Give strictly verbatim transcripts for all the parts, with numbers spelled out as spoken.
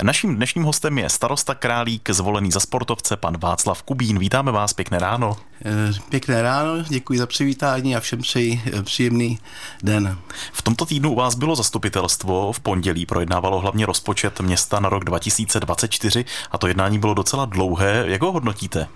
Naším dnešním hostem je starosta Králík, zvolený za sportovce, pan Václav Kubín. Vítáme vás, pěkné ráno. Pěkné ráno, děkuji za přivítání a všem přeji příjemný den. V tomto týdnu u vás bylo zastupitelstvo, v pondělí projednávalo hlavně rozpočet města na rok dva tisíce dvacet čtyři a to jednání bylo docela dlouhé. Jak ho hodnotíte?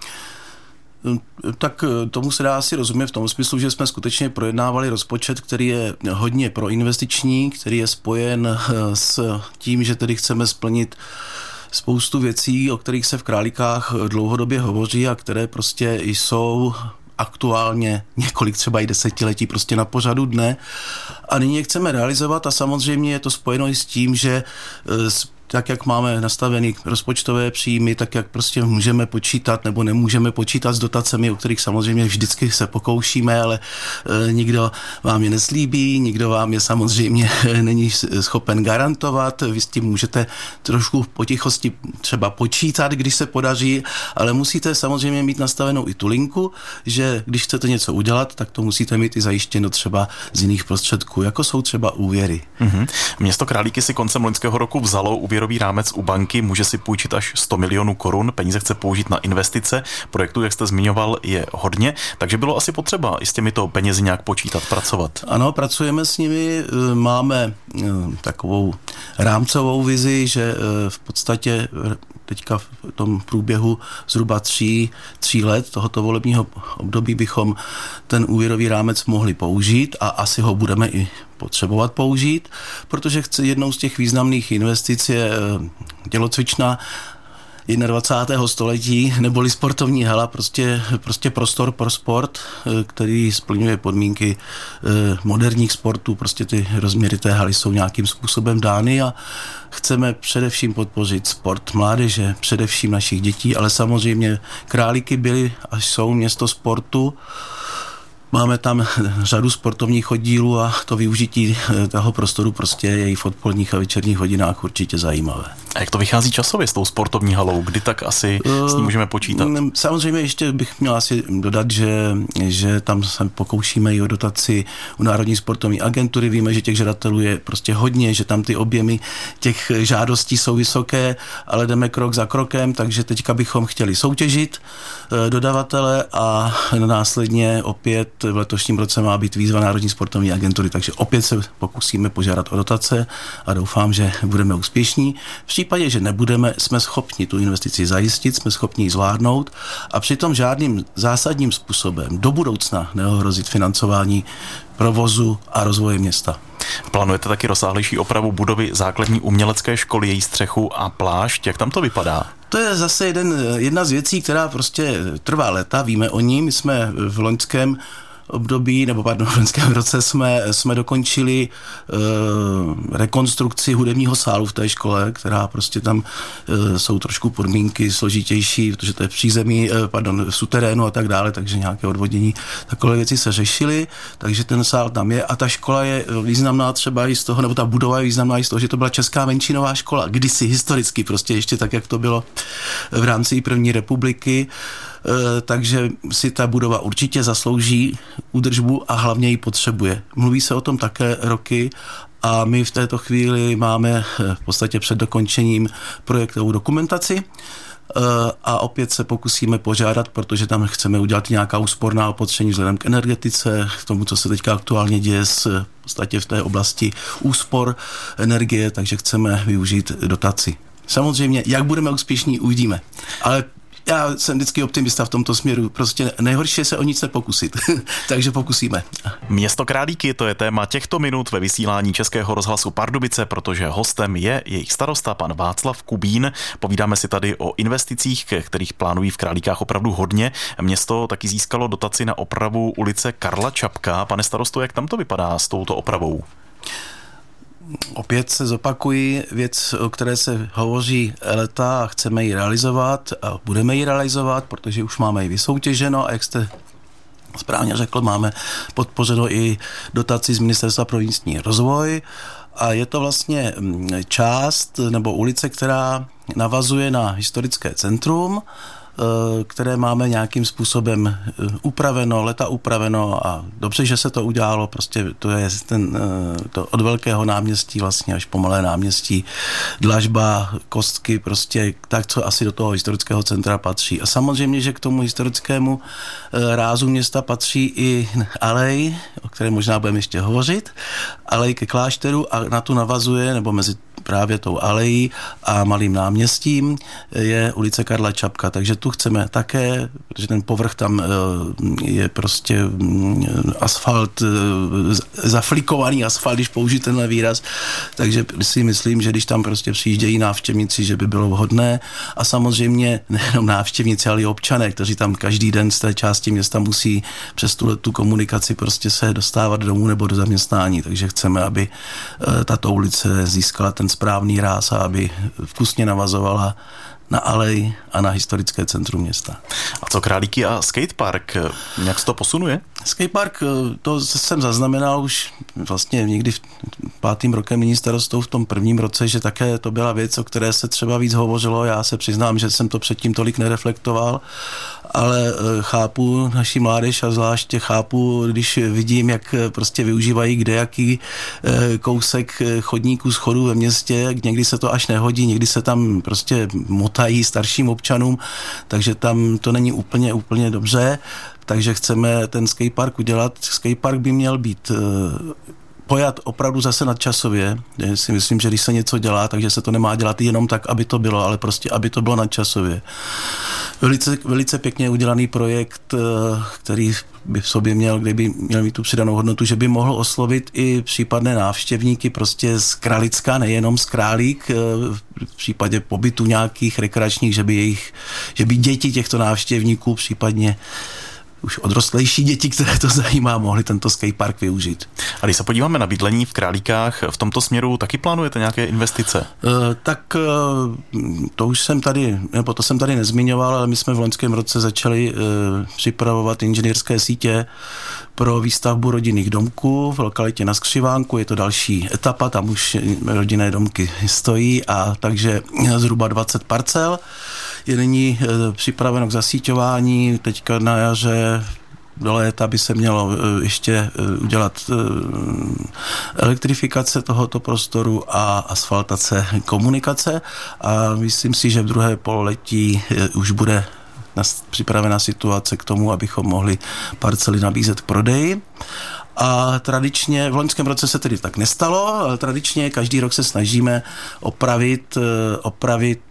Tak tomu se dá asi rozumět v tom smyslu, že jsme skutečně projednávali rozpočet, který je hodně proinvestiční, který je spojen s tím, že tedy chceme splnit spoustu věcí, o kterých se v Králíkách dlouhodobě hovoří a které prostě jsou aktuálně několik třeba i desetiletí prostě na pořadu dne. A nyní je chceme realizovat a samozřejmě je to spojeno i s tím, že tak, jak máme nastavený rozpočtové příjmy, tak jak prostě můžeme počítat nebo nemůžeme počítat s dotacemi, o kterých samozřejmě vždycky se pokoušíme, ale e, nikdo vám je neslíbí, nikdo vám je samozřejmě není schopen garantovat. Vy s tím můžete trošku potichosti třeba počítat, když se podaří, ale musíte samozřejmě mít nastavenou i tu linku, že když chcete něco udělat, tak to musíte mít i zajištěno třeba z jiných prostředků, jako jsou třeba úvěry. Mm-hmm. Město Králíky si koncem loňského roku vzalo úvěr Úvěrový rámec u banky, může si půjčit až sto milionů korun, peníze chce použít na investice, projektů, jak jste zmiňoval, je hodně, takže bylo asi potřeba i s těmito penězi nějak počítat, pracovat. Ano, pracujeme s nimi, máme takovou rámcovou vizi, že v podstatě teďka v tom průběhu zhruba tří, tří let tohoto volebního období bychom ten úvěrový rámec mohli použít a asi ho budeme i potřebovat použít, protože chci jednou z těch významných investic je tělocvična dvacátého prvního století, neboli sportovní hala, prostě, prostě prostor pro sport, který splňuje podmínky moderních sportů, prostě ty rozměry té haly jsou nějakým způsobem dány a chceme především podpořit sport mládeže, především našich dětí, ale samozřejmě Králíky byly až jsou město sportu. Máme tam řadu sportovních oddílů a to využití toho prostoru prostě je i v odpoledních a večerních hodinách určitě zajímavé. A jak to vychází časově s tou sportovní halou? Kdy tak asi s ní můžeme počítat? Samozřejmě ještě bych měl asi dodat, že, že tam se pokoušíme i o dotaci u Národní sportovní agentury. Víme, že těch žadatelů je prostě hodně, že tam ty objemy těch žádostí jsou vysoké, ale jdeme krok za krokem, takže teďka bychom chtěli soutěžit dodavatele a následně opět v letošním roce má být výzva Národní sportovní agentury, takže opět se pokusíme požádat o dotace a doufám, že budeme úspěšní. V případě, že nebudeme, jsme schopni tu investici zajistit, jsme schopni ji zvládnout a přitom žádným zásadním způsobem do budoucna neohrozit financování provozu a rozvoje města. Plánujete taky rozsáhlejší opravu budovy základní umělecké školy, její střechu a plášť. Jak tam to vypadá? To je zase jeden, jedna z věcí, která prostě trvá léta, víme o ní. My jsme v loňském období, nebo pardon, v loňském roce jsme, jsme dokončili e, rekonstrukci hudebního sálu v té škole, která prostě tam e, jsou trošku podmínky složitější, protože to je v přízemí, e, pardon, v suterénu a tak dále, takže nějaké odvodění, takové věci se řešily, takže ten sál tam je a ta škola je významná třeba i z toho, nebo ta budova je významná i z toho, že to byla česká menšinová škola, kdysi historicky prostě ještě tak, jak to bylo v rámci první republiky. Takže si ta budova určitě zaslouží údržbu a hlavně ji potřebuje. Mluví se o tom také roky a my v této chvíli máme v podstatě před dokončením projektovou dokumentaci a opět se pokusíme požádat, protože tam chceme udělat nějaká úsporná opatření vzhledem k energetice, k tomu, co se teďka aktuálně děje s, v podstatě v té oblasti úspor energie, takže chceme využít dotaci. Samozřejmě, jak budeme úspěšní, uvidíme. Ale já jsem vždycky optimista v tomto směru. Prostě nejhorší je se o nic nepokusit. Takže pokusíme. Město Králíky, to je téma těchto minut ve vysílání Českého rozhlasu Pardubice, protože hostem je jejich starosta, pan Václav Kubín. Povídáme si tady o investicích, kterých plánují v Králíkách opravdu hodně. Město taky získalo dotaci na opravu ulice Karla Čapka. Pane starosto, jak tam to vypadá s touto opravou? Opět se zopakují věc, o které se hovoří léta a chceme ji realizovat a budeme ji realizovat, protože už máme ji vysoutěženo a jak jste správně řekl, máme podpořeno i dotaci z Ministerstva pro místní rozvoj a je to vlastně část nebo ulice, která navazuje na historické centrum, které máme nějakým způsobem upraveno, leta upraveno a dobře, že se to udělalo, prostě to je ten, to od Velkého náměstí vlastně až po Malé náměstí, dlažba, kostky, prostě tak, co asi do toho historického centra patří. A samozřejmě, že k tomu historickému rázu města patří i alej, o které možná budeme ještě hovořit, alej ke klášteru a na tu navazuje, nebo mezi právě tou alejí a Malým náměstím je ulice Karla Čapka, takže tu chceme také, protože ten povrch tam je prostě asfalt, zaflikovaný asfalt, když použít tenhle výraz, takže si myslím, že když tam prostě přijíždějí návštěvníci, že by bylo vhodné a samozřejmě nejenom návštěvníci, ale i občané, kteří tam každý den z té části města musí přes tu, tu komunikaci prostě se dostávat domů nebo do zaměstnání, takže chceme, aby tato ulice získala ten správný ráz a aby vkusně navazovala na alej a na historické centrum města. A co Králíky a skatepark? Jak se to posunuje? Skatepark, to jsem zaznamenal už vlastně někdy v pátým rokem nyní starostou v tom prvním roce, že také to byla věc, o které se třeba víc hovořilo. Já se přiznám, že jsem to předtím tolik nereflektoval, ale chápu naši mládež a zvláště chápu, když vidím, jak prostě využívají kdejaký kousek chodníků, schodů ve městě, někdy se to až nehodí, někdy se tam prostě motají starším občanům, takže tam to není úplně, úplně dobře, takže chceme ten skatepark udělat. Skatepark by měl být pojat opravdu zase nadčasově. Já si myslím, že když se něco dělá, takže se to nemá dělat jenom tak, aby to bylo, ale prostě, aby to bylo nadčasově. Velice, velice pěkně udělaný projekt, který by v sobě měl, kde by měl mít tu přidanou hodnotu, že by mohl oslovit i případné návštěvníky prostě z Kralicka, nejenom z Králík, v případě pobytu nějakých rekreačních, že by, jejich, že by děti těchto návštěvníků, případně už odrostlejší děti, které to zajímá, mohli tento skatepark využít. A když se podíváme na bydlení v Králíkách, v tomto směru taky plánujete nějaké investice? Uh, tak uh, to už jsem tady, nebo to jsem tady nezmiňoval, ale my jsme v loňském roce začali uh, připravovat inženýrské sítě pro výstavbu rodinných domků v lokalitě na Skřivánku. Je to další etapa, tam už rodinné domky stojí a takže zhruba dvacet parcel je nyní e, připraveno k zasíťování. Teďka na jaře do léta by se mělo e, ještě e, udělat e, elektrifikace tohoto prostoru a asfaltace komunikace a myslím si, že v druhé pololetí e, už bude připravená situace k tomu, abychom mohli parcely nabízet k prodeji. A tradičně, v loňském roce se tedy tak nestalo, ale tradičně každý rok se snažíme opravit, opravit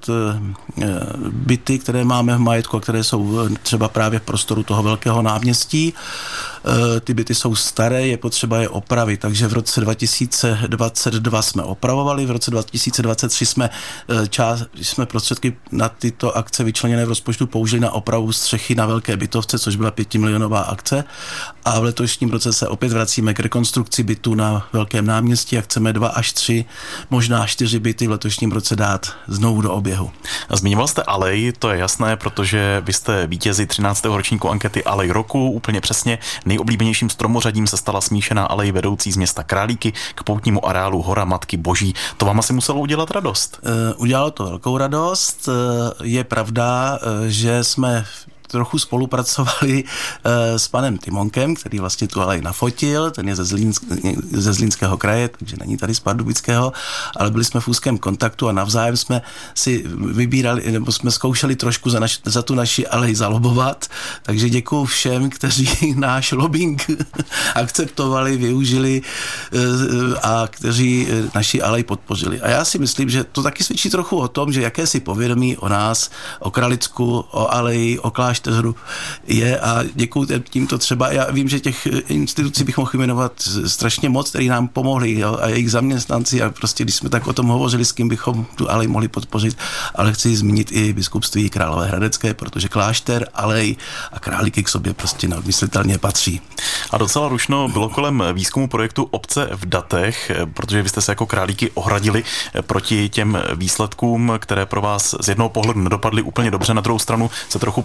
byty, které máme v majetku a které jsou třeba právě v prostoru toho Velkého náměstí. Ty byty jsou staré, je potřeba je opravit, takže v roce dva tisíce dvacet dva jsme opravovali, v roce dva tisíce dvacet tři jsme, část, jsme prostředky na tyto akce vyčleněné v rozpočtu použili na opravu střechy na Velké bytovce, což byla pětimilionová akce a v letošním roce se opět vracíme k rekonstrukci bytů na Velkém náměstí a chceme dva až tři, možná čtyři byty v letošním roce dát znovu do oběhu. Zmiňoval jste alej, to je jasné, protože vy jste vítězi třináctého ročníku ankety Alej roku, úplně přesně. Nejoblíbenějším stromořadím se stala smíšená alej vedoucí z města Králíky k poutnímu areálu Hora Matky Boží. To vám asi muselo udělat radost. Uh, udělalo to velkou radost. Uh, je pravda, uh, že jsme trochu spolupracovali uh, s panem Timonkem, který vlastně tu alej nafotil, ten je ze, Zlínsk, ze Zlínského kraje, takže není tady z Pardubického, ale byli jsme v úzkém kontaktu a navzájem jsme si vybírali, nebo jsme zkoušeli trošku za, naš, za tu naši alej zalobovat, takže děkuju všem, kteří náš lobbying akceptovali, využili uh, a kteří naši alej podpořili. A já si myslím, že to taky svědčí trochu o tom, že jakési povědomí o nás, o Kralicku, o aleji, o klášteru je a děkuju tímto třeba. Já vím, že těch institucí bych mohl jmenovat strašně moc, který nám pomohli, jo, a jejich zaměstnanci a prostě, když jsme tak o tom hovořili, s kým bychom tu alej mohli podpořit, ale chci zmínit i biskupství Královéhradecké, protože klášter, alej a Králíky k sobě prostě neodmyslitelně patří. A docela rušno bylo kolem výzkumu projektu Obce v datech, protože vy jste se jako Králíky ohradili proti těm výsledkům, které pro vás z jednoho pohledu nedopadly úplně dobře, na druhou stranu se trochu posouvá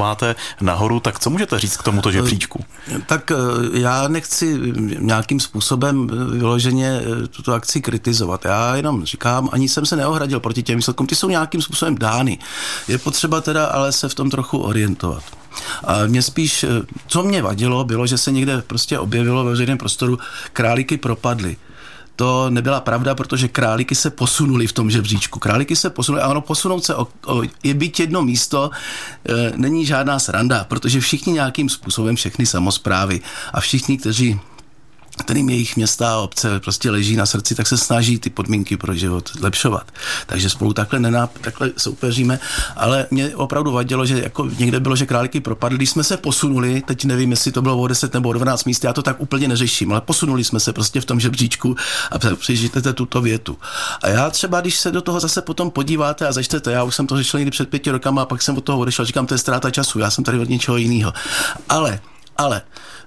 voláte nahoru, tak co můžete říct k tomuto žebříčku? Tak já nechci nějakým způsobem vyloženě tuto akci kritizovat. Já jenom říkám, ani jsem se neohradil proti těm výsledkům, ty jsou nějakým způsobem dány. Je potřeba teda ale se v tom trochu orientovat. A mě spíš, co mě vadilo, bylo, že se někde prostě objevilo ve veřejném prostoru, králíky propadly. To nebyla pravda, protože králíky se posunuli v tom žebříčku. Králíky se posunuli a ono posunout se o, o je byť jedno místo e, není žádná sranda, protože všichni nějakým způsobem, všechny samosprávy a všichni, kteří kterým jejich města a obce prostě leží na srdci, tak se snaží ty podmínky pro život zlepšovat. Takže spolu takhle, nenáp, takhle soupeříme, ale mě opravdu vadilo, že jako někde bylo, že králíky propadly, když jsme se posunuli, teď nevím, jestli to bylo o deset nebo o dvanáct míst, já to tak úplně neřeším, ale posunuli jsme se prostě v tom žebříčku a přežijte tuto větu. A já třeba, když se do toho zase potom podíváte a začtete, já už jsem to řešil někdy před pěti rokama a pak jsem od toho odešel, říkám, to je ztráta času, já jsem tady od něčeho jiného. Ale Ale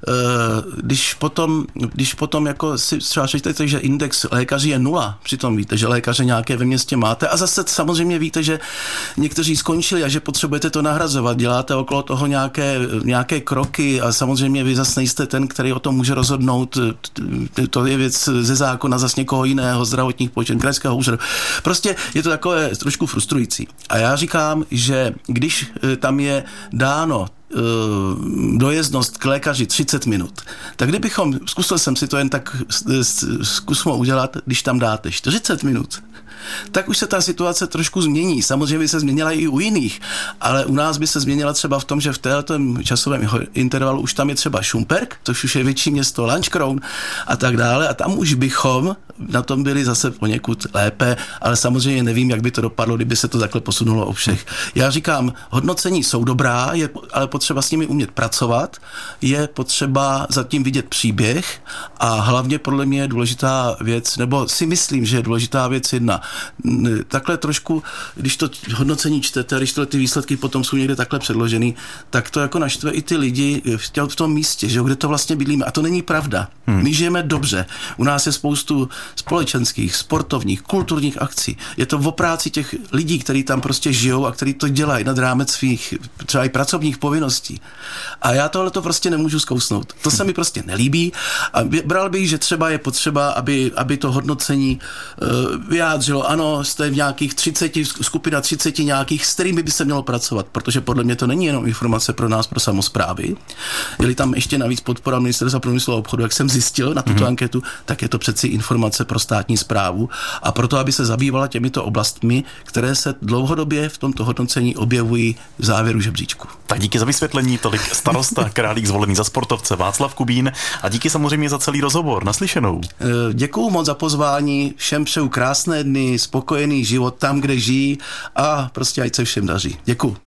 když potom, když potom jako si třeba přečtete, že index lékaři je nula, přitom víte, že lékaře nějaké ve městě máte a zase samozřejmě víte, že někteří skončili a že potřebujete to nahrazovat, děláte okolo toho nějaké, nějaké kroky a samozřejmě vy zase nejste ten, který o tom může rozhodnout, to je věc ze zákona zase někoho jiného, zdravotních počin, krajského úřadu. Prostě je to takové trošku frustrující. A já říkám, že když tam je dáno dojezdnost k lékaři třicet minut. Tak kdybychom, zkusil jsem si to jen tak zkusmo udělat, když tam dáte čtyřicet minut, tak už se ta situace trošku změní. Samozřejmě by se změnila i u jiných, ale u nás by se změnila třeba v tom, že v této časovém intervalu už tam je třeba Šumperk, což už je větší město, Lanškroun a tak dále a tam už bychom na tom byli zase poněkud lépe, ale samozřejmě nevím, jak by to dopadlo, kdyby se to takhle posunulo o všech. Já říkám, hodnocení jsou dobrá, je ale potřeba s nimi umět pracovat, je potřeba zatím vidět příběh a hlavně podle mě je důležitá věc, nebo si myslím, že je důležitá věc jedna. Takhle trošku, když to hodnocení čtete, když tyhle ty výsledky potom jsou někde takhle předložený, tak to jako naštve i ty lidi v tom místě, že jo, kde to vlastně bydlíme. A to není pravda. Hmm. My žijeme dobře. U nás je spoustu společenských, sportovních, kulturních akcí. Je to o práci těch lidí, kteří tam prostě žijou a kteří to dělají nad rámec svých třeba i pracovních povinností. A já tohle to prostě nemůžu zkousnout. To se mi prostě nelíbí a bral bych, že třeba je potřeba, aby, aby to hodnocení uh, vyjádřilo, ano, jste v nějakých třiceti, skupina třiceti nějakých, s kterými by se mělo pracovat, protože podle mě to není jenom informace pro nás, pro samosprávy. Je-li tam ještě navíc podpora Ministerstva průmyslu a obchodu, jak jsem zjistil na tuto mm-hmm. anketu, tak je to přeci informace pro státní správu a proto, aby se zabývala těmito oblastmi, které se dlouhodobě v tomto hodnocení objevují v závěru žebříčku. Tak díky za vysvětlení, tolik starosta Králík zvolený za sportovce Václav Kubín a díky samozřejmě za celý rozhovor. Naslyšenou. Děkuju moc za pozvání, všem přeju krásné dny, spokojený život tam, kde žijí a prostě ať se všem daří. Děkuju.